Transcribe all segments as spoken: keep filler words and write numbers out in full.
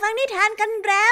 ฟังนิทานกันแล้ว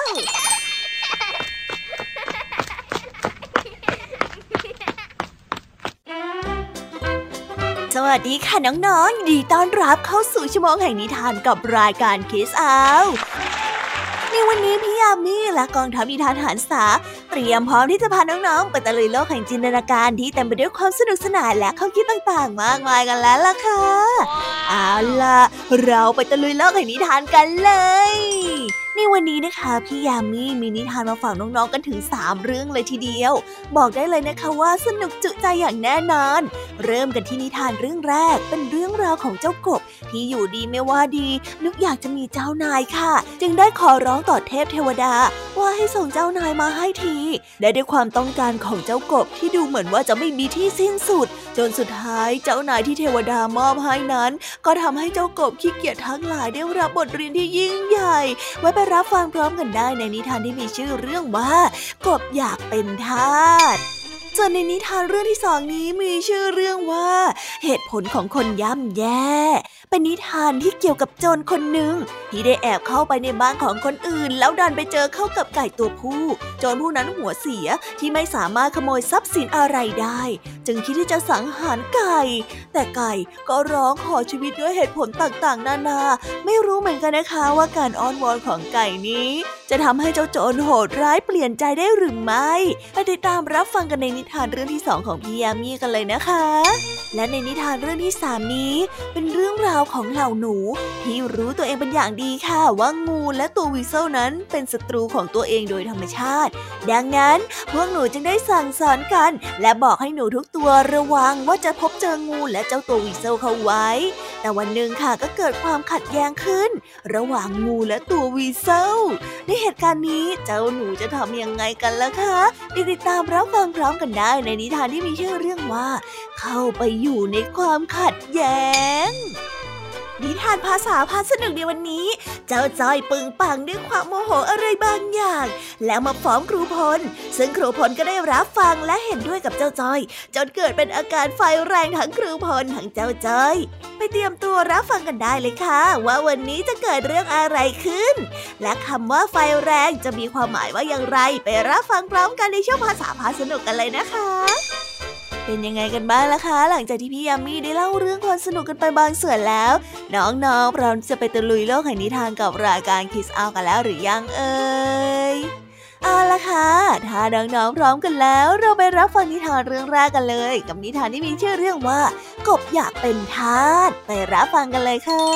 สวัสดีค่ะน้องๆยินดีต้อนรับเข้าสู่ชั่วโมงแห่งนิทานกับรายการ Kids Hour ในวันนี้พี่ยามีและกองทัพนิทานหันษาเตรียมพร้อมที่จะพาน้องๆไปตะลุยโลกแห่งจินตนาการที่เต็มไปด้วยความสนุกสนานและข้อคิดต่างๆมากมายกันแล้วล่ะค่ะ wow. เอาล่ะเราไปตะลุยโลกแห่งนิทานกันเลยในวันนี้นะคะพี่ยามีมีนิทานมาฝากน้องๆกันถึงสามเรื่องเลยทีเดียวบอกได้เลยนะคะว่าสนุกจุใจอย่างแน่นอนเริ่มกันที่นิทานเรื่องแรกเป็นเรื่องราวของเจ้ากบที่อยู่ดีไม่ว่าดีนึกอยากจะมีเจ้านายค่ะจึงได้ขอร้องต่อเทพเทวดาว่าให้ส่งเจ้านายมาให้ทีและด้วยความต้องการของเจ้ากบที่ดูเหมือนว่าจะไม่มีที่สิ้นสุดจนสุดท้ายเจ้านายที่เทวดามอบให้นั้นก็ทำให้เจ้ากบขี้เกียจทั้งหลายได้รับบทเรียนที่ยิ่งใหญ่ไว้ไปรับฟังพร้อมกันได้ในนิทานที่มีชื่อเรื่องว่ากบอยากเป็นทาสส่วนในนิทานเรื่องที่สองนี้มีชื่อเรื่องว่าเหตุผลของคนย่ำแย่เป็นนิทานที่เกี่ยวกับโจรคนหนึ่งที่ได้แอบเข้าไปในบ้านของคนอื่นแล้วดันไปเจอเข้ากับไก่ตัวผู้โจรผู้นั้นหัวเสียที่ไม่สามารถขโมยทรัพย์สินอะไรได้จึงคิดที่จะสังหารไก่แต่ไก่ก็ร้องขอชีวิตด้วยเหตุผลต่างๆนานาไม่รู้เหมือนกันนะคะว่าการอ้อนวอนของไก่นี้จะทำให้เจ้าโจรโหดร้ายเปลี่ยนใจได้หรือไม่ไปติดตามรับฟังกันในนิทานเรื่องที่สองของพี่ยามีกันเลยนะคะและในนิทานเรื่องที่สามนี้เป็นเรื่องราวของเหล่าหนูที่รู้ตัวเองเป็นอย่างดีค่ะว่างูและตัววีเซิลนั้นเป็นศัตรูของตัวเองโดยธรรมชาติดังนั้นพวกหนูจึงได้สั่งสอนกันและบอกให้หนูทุกตัวระวังว่าจะพบเจองูและเจ้าตัววีเซิลเข้าไว้แต่วันหนึ่งค่ะก็เกิดความขัดแย้งขึ้นระหว่างงูและตัววีเซิลในเหตุการณ์นี้เจ้าหนูจะทำยังไงกันล่ะคะติดตามรับฟังพร้อมกันได้ในนิทานที่มีชื่อเรื่องว่าเข้าไปอยู่ในความขัดแย้งนิทานภาษาพาสนุกในวันนี้เจ้าจ้อยปึงปังด้วยความโมโหอะไรบางอย่างแล้วมาฟ้องครูพลซึ่งครูพลก็ได้รับฟังและเห็นด้วยกับเจ้าจ้อยจนเกิดเป็นอาการไฟแรงทั้งครูพลทั้งเจ้าจ้อยไปเตรียมตัวรับฟังกันได้เลยค่ะว่าวันนี้จะเกิดเรื่องอะไรขึ้นและคำว่าไฟแรงจะมีความหมายว่าอย่างไรไปรับฟังพร้อมกันในช่วงภาษาพาสนุกกันเลยนะคะเป็นยังไงกันบ้างล่ะคะหลังจากที่พี่ยามีได้เล่าเรื่องความสนุกกันไปบางส่วนแล้วน้องๆพร้อมจะไปตะลุยโลกแห่งนิทานกับรายการ Kids Hour กันแล้วหรือยังเอ่ยเอาล่ะค่ะถ้าน้องๆพร้อมกันแล้วเราไปรับฟังนิทานเรื่องแรกกันเลยกับนิทานที่มีชื่อเรื่องว่ากบอยากเป็นทาสไปรับฟังกันเลยค่ะ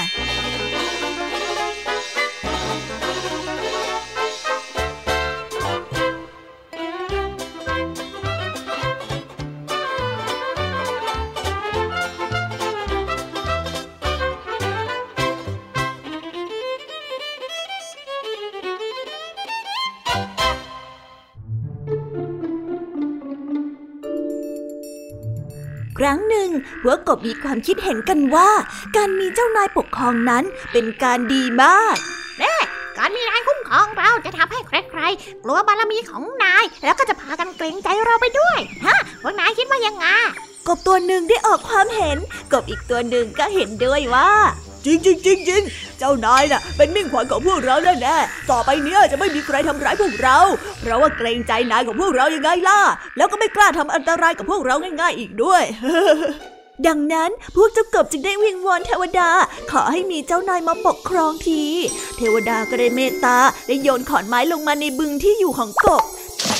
ครั้งหนึ่งพวกกบมีความคิดเห็นกันว่าการมีเจ้านายปกครองนั้นเป็นการดีมากแน่การมีนายคุ้มครองเราจะทำให้ใครๆกลัวบารมีของนายแล้วก็จะพากันเกรงใจเราไปด้วยฮะพวกนายคิดว่ายังไงกบตัวหนึ่งได้ออกความเห็นกบอีกตัวหนึ่งก็เห็นด้วยว่าจริงจริงจริงจริงเจ้านายน่ะเป็นมิ่งขวัญของพวกเราแน่ๆต่อไปเนี้ยจะไม่มีใครทำร้ายพวกเราเพราะว่าเกรงใจนายของพวกเรายังไงล่ะแล้วก็ไม่กล้าทำอันตรายกับพวกเราง่ายๆอีกด้วยดังนั้นพวกเจ้ากบจึงได้วิงวอนเทวดาขอให้มีเจ้านายมาปกครองทีเทวดาก็ได้เมตตาได้โยนขอนไม้ลงมาในบึงที่อยู่ของกบ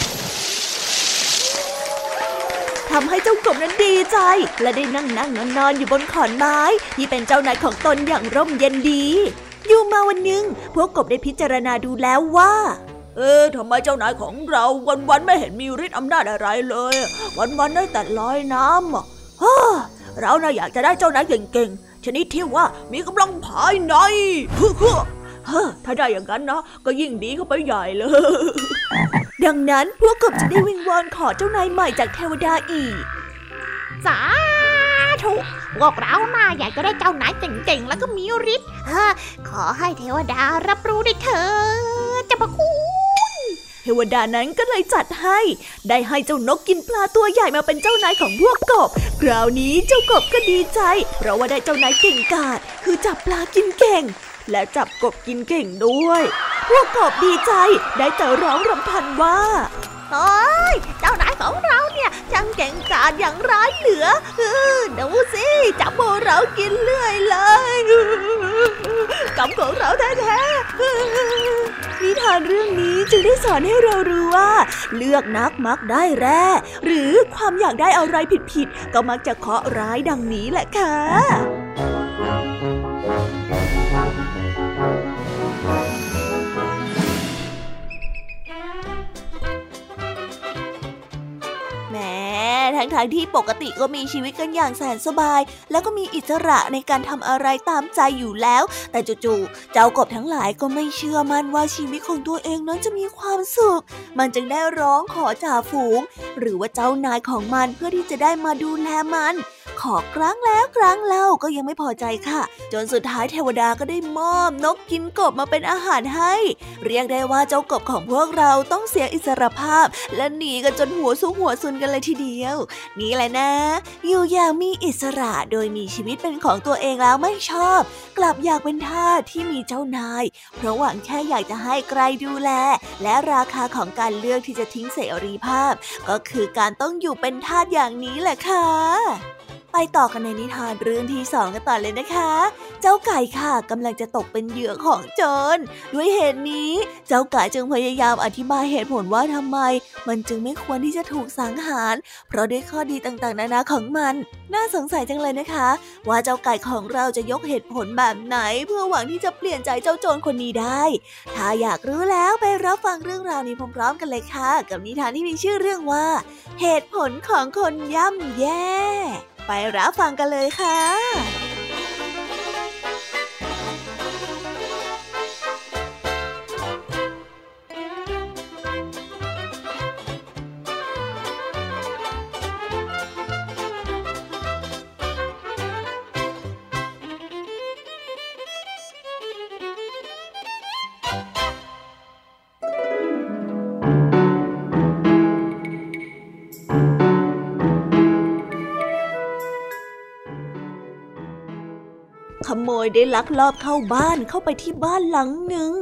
ทำให้เจ้ากบนั้นดีใจและได้นั่งนั่งนอนนอนอยู่บนขอนไม้ที่เป็นเจ้านายของตนอย่างร่มเย็นดีอยู่มาวันหนึ่งพวกกบได้พิจารณาดูแล้วว่าเอ๊ะทำไมเจ้านายของเราวันๆไม่เห็นมีฤทธิ์อำนาจอะไรเลยวันๆได้แต่ลอยน้ำอ่ะฮ่าเราน่ะอยากจะได้เจ้านายเก่งๆชนิดที่ว่ามีกำลังภายในฮึ่มๆเฮ้อถ้าได้อย่างนั้นนะก็ยิ่งดีเข้าไปใหญ่เลยดังนั้นพวกกบจะได้วิงวอนขอเจ้านายใหม่จากเทวดาอีกสาธุพวกเราน่าอยากจะได้เจ้านายเก่งๆแล้วก็มีฤทธิ์ขอให้เทวดารับรู้ด้วยเถิดเจ้าพระคุณเทวดานั้นก็เลยจัดให้ได้ให้เจ้านกกินปลาตัวใหญ่มาเป็นเจ้านายของพวกกบคราวนี้เจ้ากบก็ดีใจเพราะว่าได้เจ้านายเก่งกาจคือจับปลากินเก่งและจับกบกินเก่งด้วยพวกกบดีใจได้แต่ร้องรำพันว่าเฮ้ยเจ้านายของเราเนี่ยช่างเก่งกาจอย่างไร้เหลือดูสิจับพวกเรากินเรื่อยเลยกรรมของเราแท้ๆนิทานเรื่องนี้จึงได้สอนให้เรารู้ว่าเลือกนักมักได้แร่หรือความอยากได้อะไรผิดๆก็มักจะเคราะห์ร้ายดังนี้แหละค่ะทั้งๆที่ปกติก็มีชีวิตกันอย่างแสนสบายแล้วก็มีอิสระในการทำอะไรตามใจอยู่แล้วแต่จู่ๆเจ้ากบทั้งหลายก็ไม่เชื่อมั่นว่าชีวิตของตัวเองนั้นจะมีความสุขมันจึงได้ร้องขอจ่าฝูงหรือว่าเจ้านายของมันเพื่อที่จะได้มาดูแลมันขอครั้งแล้วครั้งเล่าก็ยังไม่พอใจค่ะจนสุดท้ายเทวดาก็ได้มอบนกกินกบมาเป็นอาหารให้เรียกได้ว่าเจ้ากบของพวกเราต้องเสียอิสรภาพและหนีกันจนหัวซุกหัวซุนกันเลยทีเดียวนี่แหละนะอยู่อย่างมีอิสระโดยมีชีวิตเป็นของตัวเองแล้วไม่ชอบกลับอยากเป็นทาสที่มีเจ้านายเพราะหวังแค่อยากจะให้ใครดูแลและราคาของการเลือกที่จะทิ้งเสรีภาพก็คือการต้องอยู่เป็นทาสอย่างนี้แหละค่ะไปต่อกันในนิทานเรื่องที่สองกันต่อเลยนะคะเจ้าไก่ค่ะกำลังจะตกเป็นเหยื่อของโจรด้วยเหตุนี้เจ้าไก่จึงพยายามอธิบายเหตุผลว่าทำไมมันจึงไม่ควรที่จะถูกสังหารเพราะด้วยข้อดีต่างๆนานาของมันน่าสงสัยจังเลยนะคะว่าเจ้าไก่ของเราจะยกเหตุผลแบบไหนเพื่อหวังที่จะเปลี่ยนใจเจ้าโจรคนนี้ได้ถ้าอยากรู้แล้วไปรับฟังเรื่องราวนี้พร้อมๆกันเลยค่ะกับนิทานที่มีชื่อเรื่องว่าเหตุผลของคนย่ำแย่ไปรับฟังกันเลยค่ะขโมยได้ลักลอบเข้าบ้านเข้าไปที่บ้านหลังหนึ่ง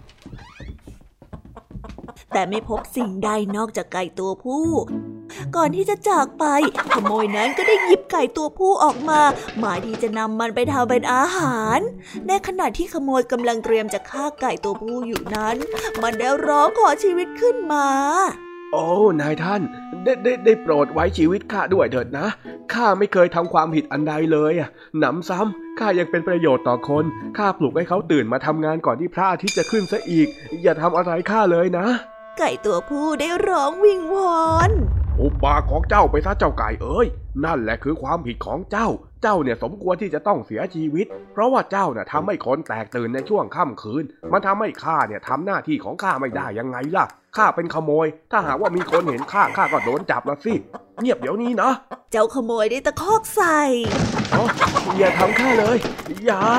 แต่ไม่พบสิ่งใดนอกจากไก่ตัวผู้ก่อนที่จะจากไปขโมยนั้นก็ได้หยิบไก่ตัวผู้ออกมาหมายที่จะนำมันไปทำเป็นอาหารในขณะที่ขโมยกำลังเตรียมจะฆ่าไก่ตัวผู้อยู่นั้นมันได้ร้องขอชีวิตขึ้นมาโอ้นายท่านได้ได้ได้โปรดไว้ชีวิตข้าด้วยเถิดนะข้าไม่เคยทำความผิดอันใดเลยอ่ะหนำซ้ำข้ายังเป็นประโยชน์ต่อคนข้าปลุกให้เขาตื่นมาทำงานก่อนที่พระอาทิตย์จะขึ้นซะอีกอย่าทำอะไรข้าเลยนะไก่ตัวผู้ได้ร้องวิงวอนอุปากของเจ้าไปซะเจ้าไก่เอ้ยนั่นแหละคือความผิดของเจ้าเจ้าเนี่ยสมควรที่จะต้องเสียชีวิตเพราะว่าเจ้าน่ะทำให้คนแตกตื่นในช่วงค่ำคืนมันทำให้ข้าเนี่ยทำหน้าที่ของข้าไม่ได้ยังไงล่ะข้าเป็นขโมยถ้าหากว่ามีคนเห็นข้าข้าก็โดนจับละสิเงียบเดี๋ยวนี้นะเจ้าขโมยได้ตะคอกใส่อ๋ออย่าทำข้าเลยอย่า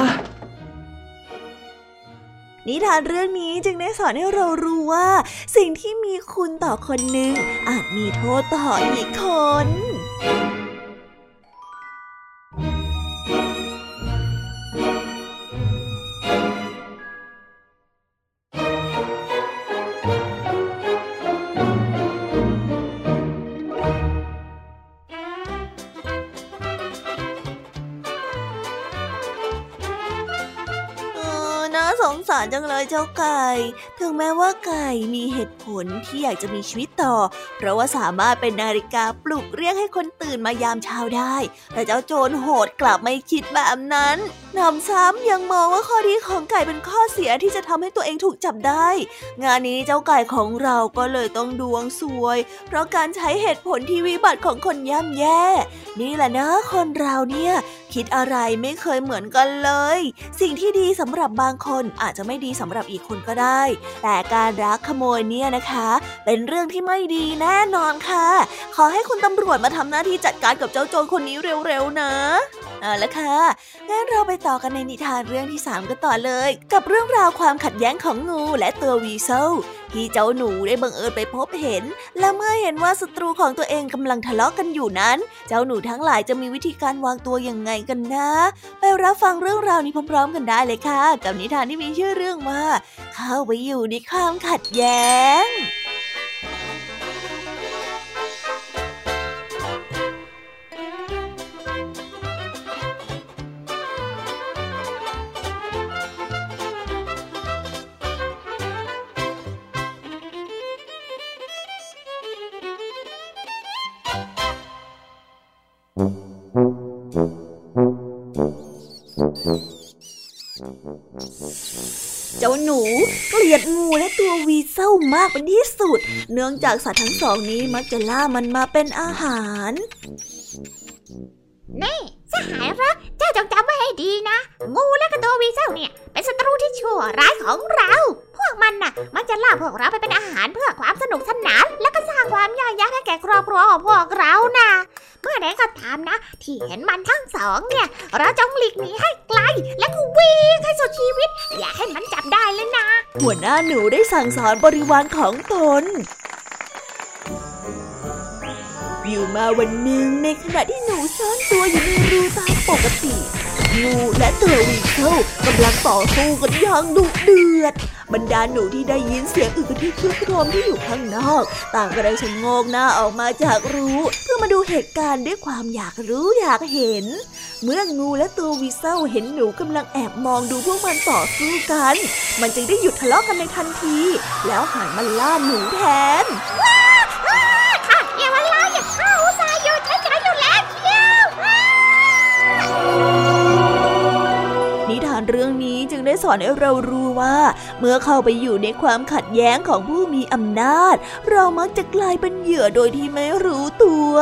นิทานเรื่องนี้จึงได้สอนให้เรารู้ว่าสิ่งที่มีคุณต่อคนหนึ่งอาจมีโทษต่ออีกคนสงสารจังเลยเจ้าไก่ถึงแม้ว่าไก่มีเหตุผลที่อยากจะมีชีวิตต่อเพราะว่าสามารถเป็นนาฬิกาปลุกเรียกให้คนตื่นมายามเช้าได้แต่เจ้าโจรโหดกลับไม่คิดแบบนั้นหนำซ้ำยังมองว่าข้อดีของไก่เป็นข้อเสียที่จะทำให้ตัวเองถูกจับได้งานนี้เจ้าไก่ของเราก็เลยต้องดวงซวยเพราะการใช้เหตุผลที่วิบัติของคนย่ำแย่นี่แหละนะคนเราเนี่ยคิดอะไรไม่เคยเหมือนกันเลยสิ่งที่ดีสำหรับบางคนอาจจะไม่ดีสำหรับอีกคนก็ได้แต่การลักขโมยเนี่ยนะคะเป็นเรื่องที่ไม่ดีแน่นอนค่ะขอให้คุณตำรวจมาทำหน้าที่จัดการกับเจ้าโจรคนนี้เร็วๆนะเอาละค่ะงั้นเราไปต่อกันในนิทานเรื่องที่สามกันต่อเลยกับเรื่องราวความขัดแย้งของงูและตัววีเซิลที่เจ้าหนูได้บังเอิญไปพบเห็นและเมื่อเห็นว่าศัตรูของตัวเองกำลังทะเลาะกันอยู่นั้นเจ้าหนูทั้งหลายจะมีวิธีการวางตัวยังไงกันนะไปรับฟังเรื่องราวนี้พร้อมๆกันได้เลยค่ะกับนิทานที่มีชื่อเรื่องว่าเข้าไปอยู่ในความขัดแย้งเจ้าหนูเกลียดงูและตัววีเซิลมากเป็นที่สุดเนื่องจากสัตว์ทั้งสองนี้มักจะล่ามันมาเป็นอาหารนี่สหายรักเจ้าจงจำไว้ให้ดีนะงูและกระตัววีเซิลเนี่ยเป็นศัตรูที่ชั่วร้ายของเราพวกมันน่ะมันจะล่าพวกเราไปเป็นอาหารเพื่อความสนุกสนานและก็สร้างความยากยากให้แก่ครอบครัวของพวกเรานะเมื่อใดก็ตามนะที่เห็นมันทั้งสองเนี่ยเราจงหลีกหนีให้ไกลและก็วิ่งให้สุดชีวิตอย่าให้มันจับได้เลยนะหัวหน้าหนูได้สั่งสอนบริวารของตนอยู่มาวันหนึ่งในขณะที่หนูซ่อนตัวอยู่ในรูตามปกติงูและตัววีเซิลกำลังต่อสู้กันอย่างดุเดือดบรรดาหนูที่ได้ยินเสียงอึกกระทึกครึกโครมที่อยู่ข้างนอกต่างก็ได้ชะโงกหน้าออกมาจากรูเพื่อมาดูเหตุการณ์ด้วยความอยากรู้อยากเห็นเมื่องูและตัววีเซิลเห็นหนูกำลังแอบมองดูพวกมันต่อสู้กันมันจึงได้หยุดทะเลาะกันในทันทีแล้วหันมาล่าหนูแทนเข้าซาอยู่ใช้ๆอยู่แล้วเชียวนิทานเรื่องนี้จึงได้สอนให้เรารู้ว่าเมื่อเข้าไปอยู่ในความขัดแย้งของผู้มีอำนาจเรามักจะกลายเป็นเหยื่อโดยที่ไม่รู้ตัว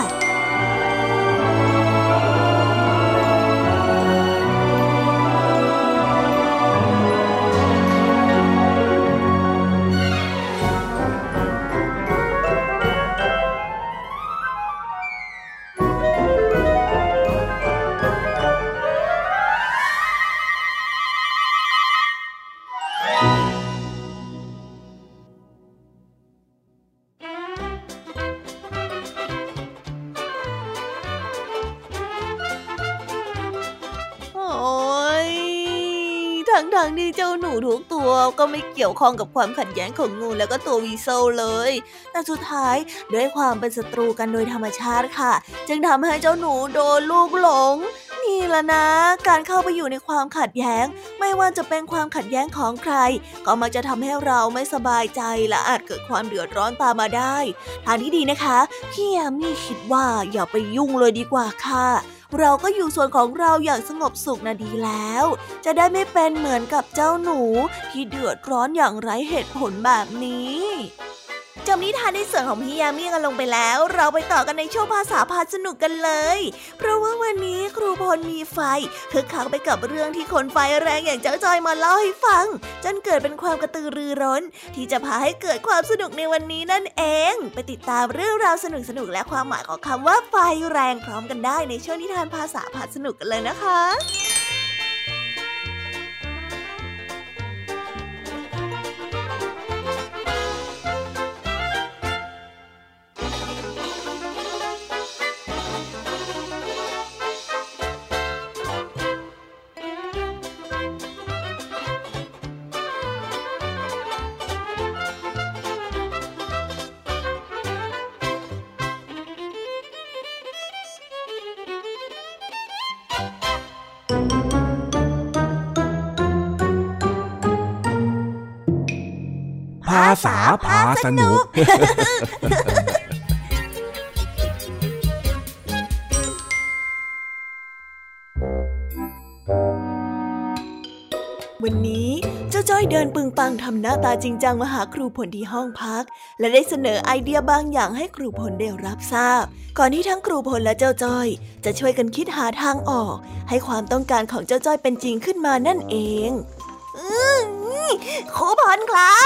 ทั้งๆที่เจ้าหนูทุกตัวก็ไม่เกี่ยวข้องกับความขัดแย้งของงูและก็ตัววีเซิลเลยแต่สุดท้ายด้วยความเป็นศัตรูกันโดยธรรมชาติค่ะจึงทำให้เจ้าหนูโดนลูกหลงนี่ล่ะนะการเข้าไปอยู่ในความขัดแย้งไม่ว่าจะเป็นความขัดแย้งของใครก็มักจะทำให้เราไม่สบายใจและอาจเกิดความเดือดร้อนตามมาได้ทางที่ดีนะคะพี่แอมมี่คิดว่าอย่าไปยุ่งเลยดีกว่าค่ะเราก็อยู่ส่วนของเราอย่างสงบสุขนะดีแล้วจะได้ไม่เป็นเหมือนกับเจ้าหนูที่เดือดร้อนอย่างไร้เหตุผลแบบนี้จบนิทานในส่วนของพี่ยามีกันลงไปแล้วเราไปต่อกันในช่วงภาษาพาสนุกกันเลยเพราะว่าวันนี้ครูพลมีไฟคึกคักไปกับเรื่องที่คนไฟแรงอย่างเจ้าจอยมาเล่าให้ฟังจนเกิดเป็นความกระตือรือร้นที่จะพาให้เกิดความสนุกในวันนี้นั่นเองไปติดตามเรื่องราวสนุกๆและความหมายของคำว่าไฟแรงพร้อมกันได้ในช่วงนิทานภาษาพาสนุกกันเลยนะคะภาษาพาสนุกวันนี้เจ้าจ้อยเดินปึงปังทำหน้าตาจริงจังมาหาครูพลที่ห้องพักและได้เสนอไอเดียบางอย่างให้ครูพลได้รับทราบก่อนที่ทั้งครูพลและเจ้าจ้อยจะช่วยกันคิดหาทางออกให้ความต้องการของเจ้าจ้อยเป็นจริงขึ้นมานั่นเองครูพลครับ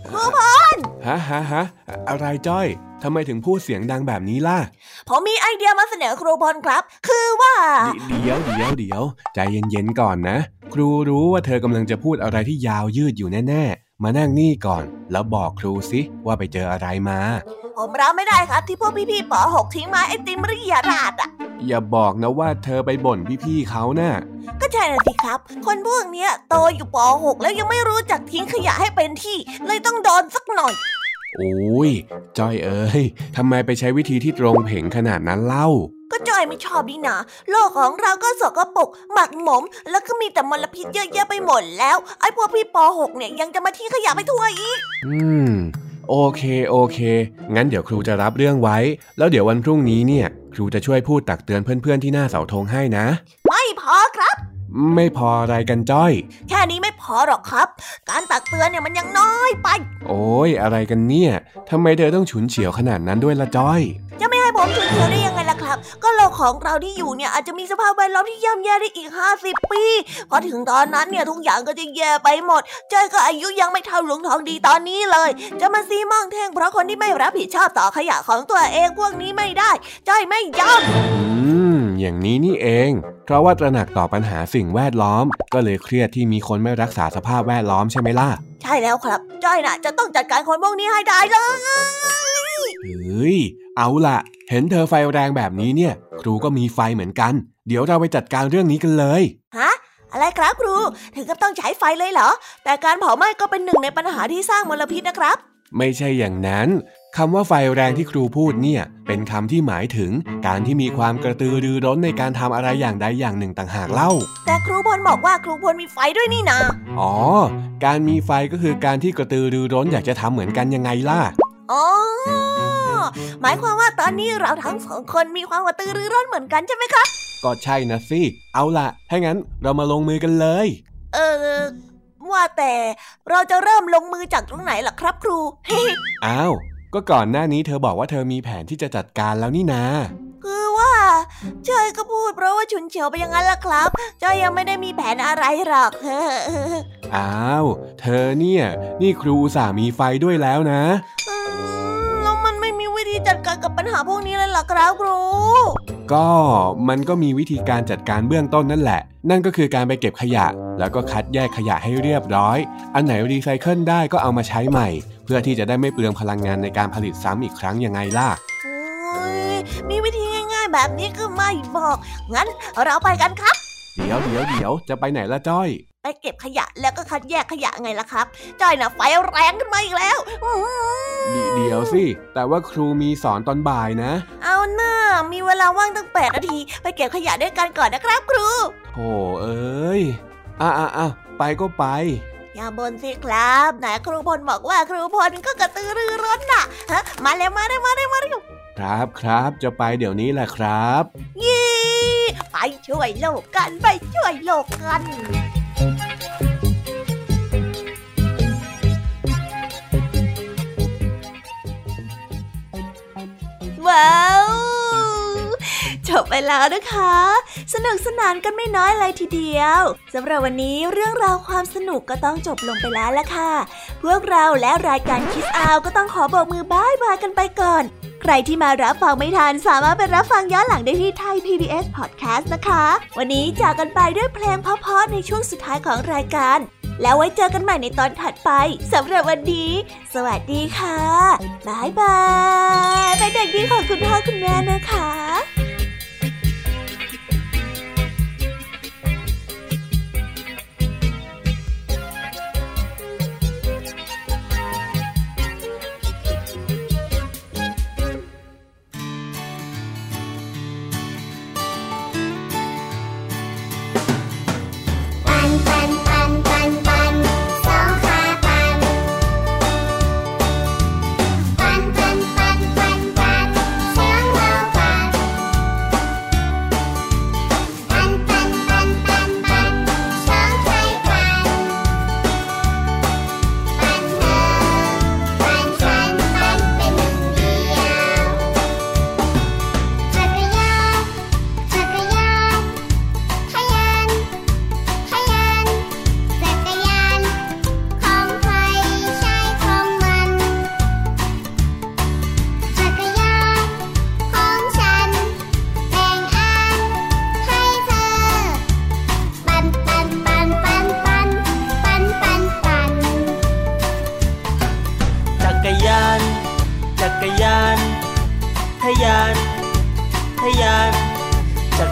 ครูพลฮะฮะฮะอะไรจ้อยทำไมถึงพูดเสียงดังแบบนี้ล่ะผมมีไอเดียมาเสนอครูพลครับคือว่าเดี๋ยวเดี๋ยวเดี๋ยวใจเย็นๆก่อนนะครูรู้ว่าเธอกำลังจะพูดอะไรที่ยาวยืดอยู่แน่ๆมานั่งนี่ก่อนแล้วบอกครูสิว่าไปเจออะไรมาผมรับไม่ได้ครับที่พวกพี่ๆป หก ทิ้งไม้ไอติมเรียราดอ่ะอย่าบอกนะว่าเธอไปบ่นพี่ๆเขาน่ะก็ใช่น่ะสิครับคนพวกเนี้ยโตอยู่ป หก แล้วยังไม่รู้จักทิ้งขยะให้เป็นที่เลยต้องโดนสักหน่อยโอ้ยจ้อยเอ้ยทำไมไปใช้วิธีที่ตรงเพ่งขนาดนั้นเล่าก็จ้อยไม่ชอบนี่นะโลกของเราก็สกปรกหมักหมมแล้วก็มีแต่มลพิษเยอะแยะไปหมดแล้วไอ้พวกพี่ป หก เนี่ยยังจะมาทิ้งขยะไปทั่วอีกอืมโอเคโอเคงั้นเดี๋ยวครูจะรับเรื่องไว้แล้วเดี๋ยววันพรุ่งนี้เนี่ยครูจะช่วยพูดตักเตือนเพื่อนๆที่หน้าเสาธงให้นะไม่พอครับไม่พออะไรกันจ้อยแค่นี้ไม่พอหรอกครับการตักเตือนเนี่ยมันยังน้อยไปโอ้ยอะไรกันเนี่ยทำไมเธอต้องฉุนเฉียวขนาดนั้นด้วยล่ะจ้อยจะไม่ให้ผมฉุนเฉียวได้ยังไงล่ะครับก็โลกของเราที่อยู่เนี่ยอาจจะมีสภาพแวดล้อมที่ย่ำแย่ได้อีกห้าสิบปีพอถึงตอนนั้นเนี่ยทุกอย่างก็จะแย่ไปหมดจ้อยก็อายุยังไม่เท่าหลวงทองดีตอนนี้เลยจะมาซีมั่งแท่งเพราะคนที่ไม่รับผิดชอบต่อขยะของตัวเองพวกนี้ไม่ได้จ้อยไม่ยอมอืมอย่างนี้นี่เองเพราะว่าตระหนักต่อปัญหาสิ่งแวดล้อมก็เลยเครียดที่มีคนไม่รักษาสภาพแวดล้อมใช่ไหมล่ะใช่แล้วครับจ้อยน่ะจะต้องจัดการคนพวกนี้ให้ได้เลยเฮ้ยเอาล่ะเห็นเธอไฟแรงแบบนี้เนี่ยครูก็มีไฟเหมือนกันเดี๋ยวเราไปจัดการเรื่องนี้กันเลยฮะอะไรครับครูถึงกับต้องใช้ไฟเลยเหรอแต่การเผาไหม้ก็เป็นหนึ่งในปัญหาที่สร้างมลพิษนะครับไม่ใช่อย่างนั้นคำว่าไฟแรงที่ครูพูดเนี่ยเป็นคำที่หมายถึงการที่มีความกระตือรือร้นในการทำอะไรอย่างใดอย่างหนึ่งต่างหากเล่าแต่ครูพลบอกว่าครูพลมีไฟด้วยนี่นะอ๋อการมีไฟก็คือการที่กระตือรือร้นอยากจะทำเหมือนกันยังไงล่ะอ๋อหมายความว่าตอนนี้เราทั้งสองคนมีความกระตือรือร้นเหมือนกันใช่ไหมครับก็ใช่นะสิเอาล่ะถ้างั้นเรามาลงมือกันเลยเออว่าแต่เราจะเริ่มลงมือจากตรงไหนล่ะครับครูอ้าวก็ก่อนหน้านี้เธอบอกว่าเธอมีแผนที่จะจัดการแล้วนี่นาคือว่าจ้อยก็พูดเพราะว่าฉุนเฉียวไปอย่างนั้นล่ะครับจ้อยยังไม่ได้มีแผนอะไรหรอกอ้าวเธอเนี่ยนี่ครูอุตส่าห์มีไฟด้วยแล้วนะแล้วมันไม่มีวิธีจัดการกับปัญหาพวกนี้เลยหรอครับครูก็มันก็มีวิธีการจัดการเบื้องต้นนั่นแหละนั่นก็คือการไปเก็บขยะแล้วก็คัดแยกขยะให้เรียบร้อยอันไหนรีไซเคิลได้ก็เอามาใช้ใหม่เพื่อที่จะได้ไม่เปลืองพลังงานในการผลิตซ้ำอีกครั้งยังไงล่ะมีวิธีง่ายๆแบบนี้ก็ไม่บอกงั้นเราไปกันครับเดี๋ยวเดี๋ยวเดี๋ยวจะไปไหนล่ะจ้อยไปเก็บขยะแล้วก็คัดแยกขยะไงล่ะครับจ้อยน่ะไฟแรงขึ้นมาอีกแล้วเดี๋ยวสิแต่ว่าครูมีสอนตอนบ่ายนะเอาหน้ามีเวลาว่างตั้งแปดนาทีไปเก็บขยะด้วยกันก่อนนะครับครูโอ้เอ้ยอ่ะอ่ะอ่ะไปก็ไปอย่าบ่นสิครับไหนครูพลบอกว่าครูพลก็กระตือรือร้นน่ะฮะมาแล้วมาได้มาได้มาได้ครับครับจะไปเดี๋ยวนี้แหละครับยี่ไปช่วยโลกกันไปช่วยโลกกันว้าวจบไปแล้วนะคะสนุกสนานกันไม่น้อยเลยทีเดียวสำหรับวันนี้เรื่องราวความสนุกก็ต้องจบลงไปแล้วล่ะค่ะพวกเราและรายการ Kids Out ก็ต้องขอบอกมือบ๊ายบายกันไปก่อนใครที่มารับฟังไม่ทันสามารถไปรับฟังย้อนหลังได้ที่ Thai พี บี เอส Podcast นะคะวันนี้จากกันไปด้วยเพลงเพราะๆในช่วงสุดท้ายของรายการแล้วไว้เจอกันใหม่ในตอนถัดไปสำหรับวันนี้สวัสดีค่ะบ๊ายบายเป็นเด็กดีของคุณพ่อคุณแม่นะคะ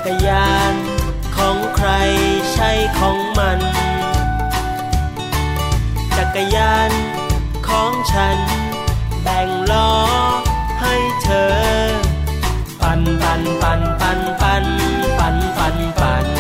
กรยานของใครใช่ของมันจักรยานของฉันแบ่งล้อให้เธอปั่นปั่นปั่นปั่นปั่นปั่นปั่นปั่น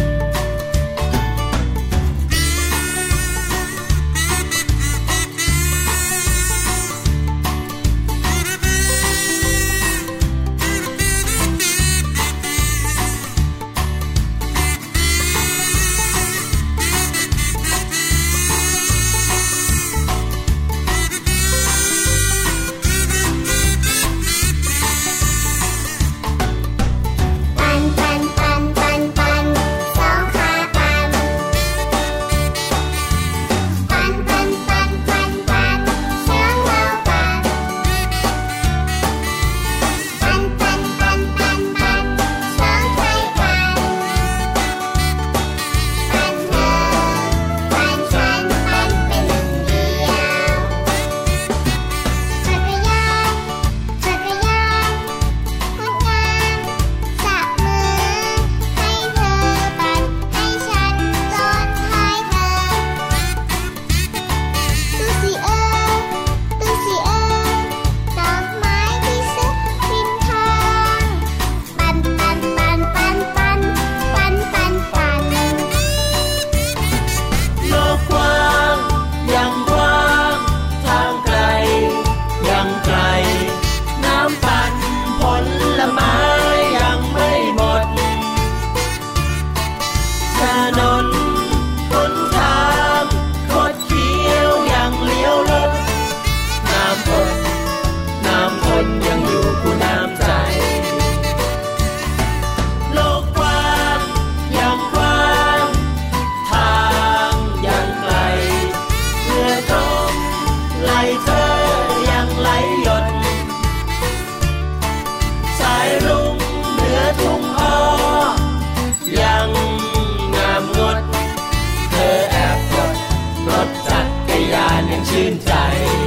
ชื่นใจ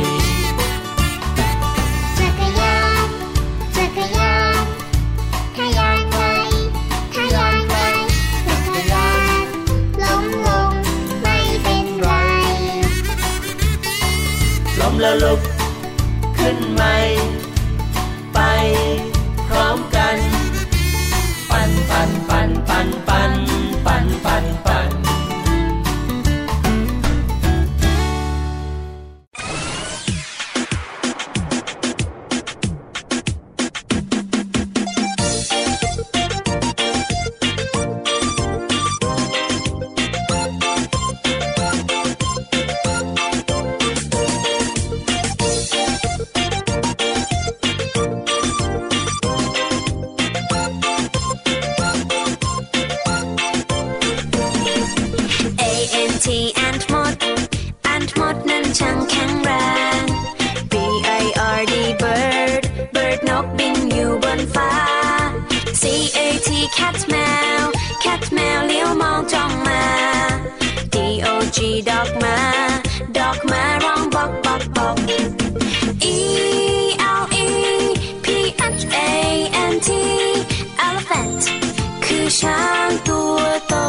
จักรยานจักรยานถ้ายางไงถ้ายางไงจักรยานล้มลงไม่เป็นไรล้มแล้วลุกขึ้นใหม่ไปพร้อมกันปั่นปั่นปั่นปั่นปั่นปั่นปั่นปั่นดอกมาดอกมาร้องบอกบอกบอก E L E P H A N T elephant คือช้างตัวโต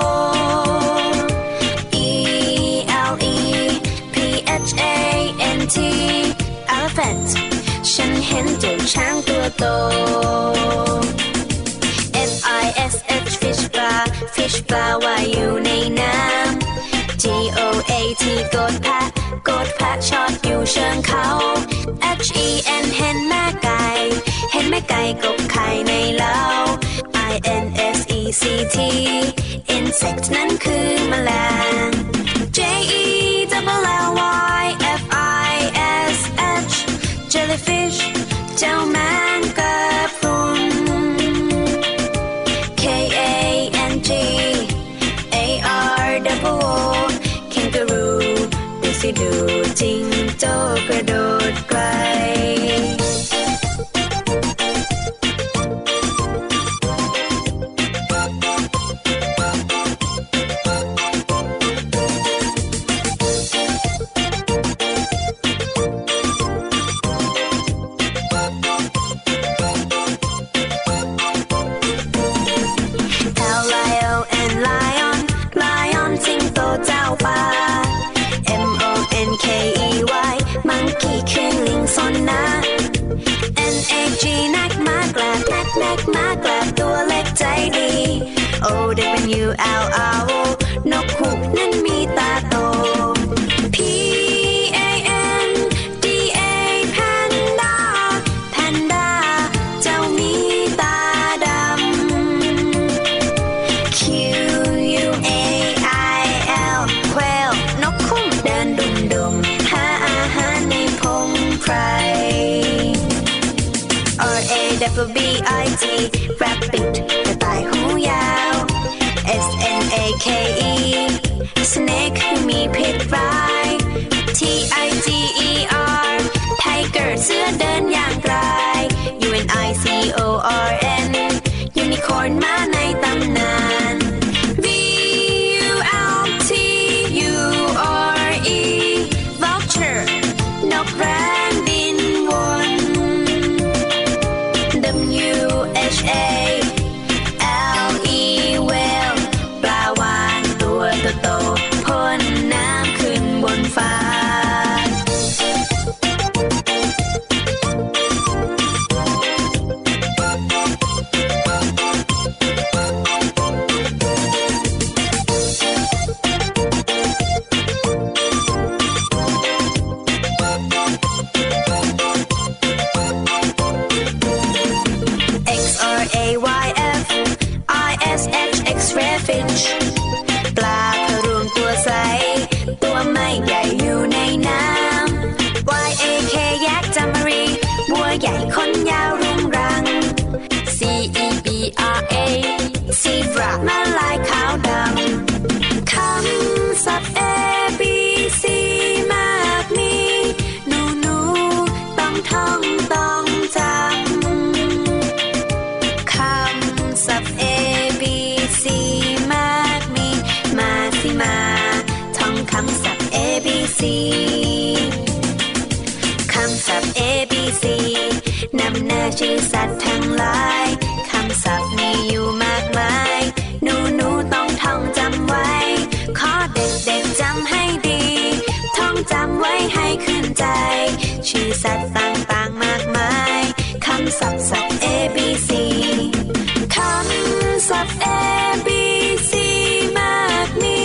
E L E P H A N T elephant ฉันเห็นเจ้าช้างตัวโต F I S H fish ปลา fish ปลาว่ายอยู่ในน้ำG O A T โกดแพะโกดแพะชอดอยู่เชิงเขา H E N เห็นแม่ไก่เห็นแม่ไก่กบไข่ในเล้า I N S E C T insect นั้นคือแมลง J E L L Y F I S H jellyfish เจ้าแมงกะพรุน K A N G A R double O kangaroo ดูสิดูจิงโจ้กระโดดไกล L R O นกฮูกนั้นมีตาโต P A N D A Panda Panda เจ้ามีตาดำ Q U A I L Quail นกคุ้มเดินดุ่มดุ่มหาอาหารในพงไพร R A W B I T Rabbit กระต่ายหูยาว S N A K E Snake มีพิษร้าย T I G E R Tiger เสือเดินอย่างไกล U N I C O R N Unicorn ม้าในตำนาน V U L T U R E Vulture นกแร้งบินวน W H A L E Whale ปลาวาฬตัวโตๆพ่นน้ำขึ้นบนฟ้าปลาพะรวงตัวใสตัวไม่ใหญ่อยู่ในน้ำ Y A K ยักษ์จามรีบัวใหญ่ขนยาวรุงรัง C E B R A Zebra ม้าลายขาวดำคำศัพท์ A B C มากมีหนูหนูต้องท่องต้องจำคำศัพท์ A B Cมาท่องคำศัพท์ A B C คำศัพท์ A B C นำหน้าชื่อสัตว์ทั้งหลายคำศัพท์มีอยู่มากมายหนูหนูต้องท่องจำไว้ขอเด็กๆจำให้ดีท่องจำไว้ให้ขึ้นใจชื่อสัตว์ต่างๆมากมายคำศัพท์ศัพท์ A B C คำศัพท์ A B C มากมี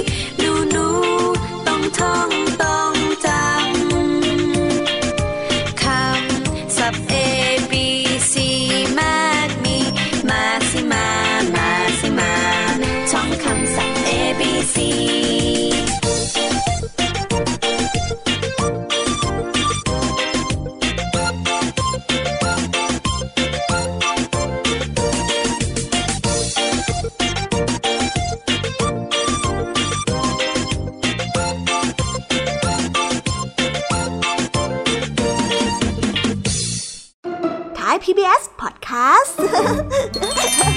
ท่องต้องจำคำศัพท์ A B C มากมีมาสิมามาสิมาท่องคำศัพท์ A B C Thai พี บี เอส Podcast